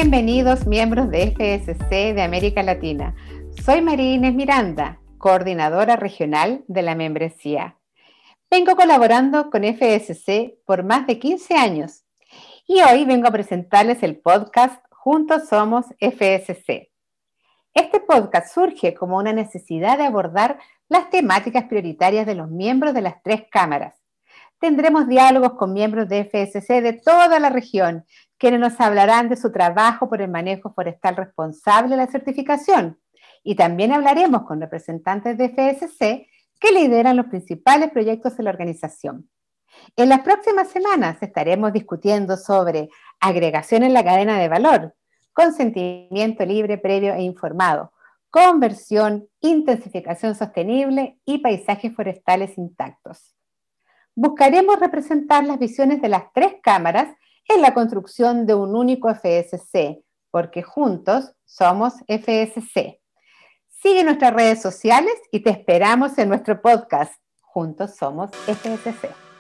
Bienvenidos miembros de FSC de América Latina. Soy María Inés Miranda, coordinadora regional de la membresía. Vengo colaborando con FSC por más de 15 años y hoy vengo a presentarles el podcast Juntos Somos FSC. Este podcast surge como una necesidad de abordar las temáticas prioritarias de los miembros de las tres cámaras. Tendremos diálogos con miembros de FSC de toda la región, quienes nos hablarán de su trabajo por el manejo forestal responsable de la certificación. Y también hablaremos con representantes de FSC que lideran los principales proyectos de la organización. En las próximas semanas estaremos discutiendo sobre agregación en la cadena de valor, consentimiento libre, previo e informado, conversión, intensificación sostenible y paisajes forestales intactos. Buscaremos representar las visiones de las tres cámaras en la construcción de un único FSC, porque juntos somos FSC. Sigue nuestras redes sociales y te esperamos en nuestro podcast. Juntos somos FSC.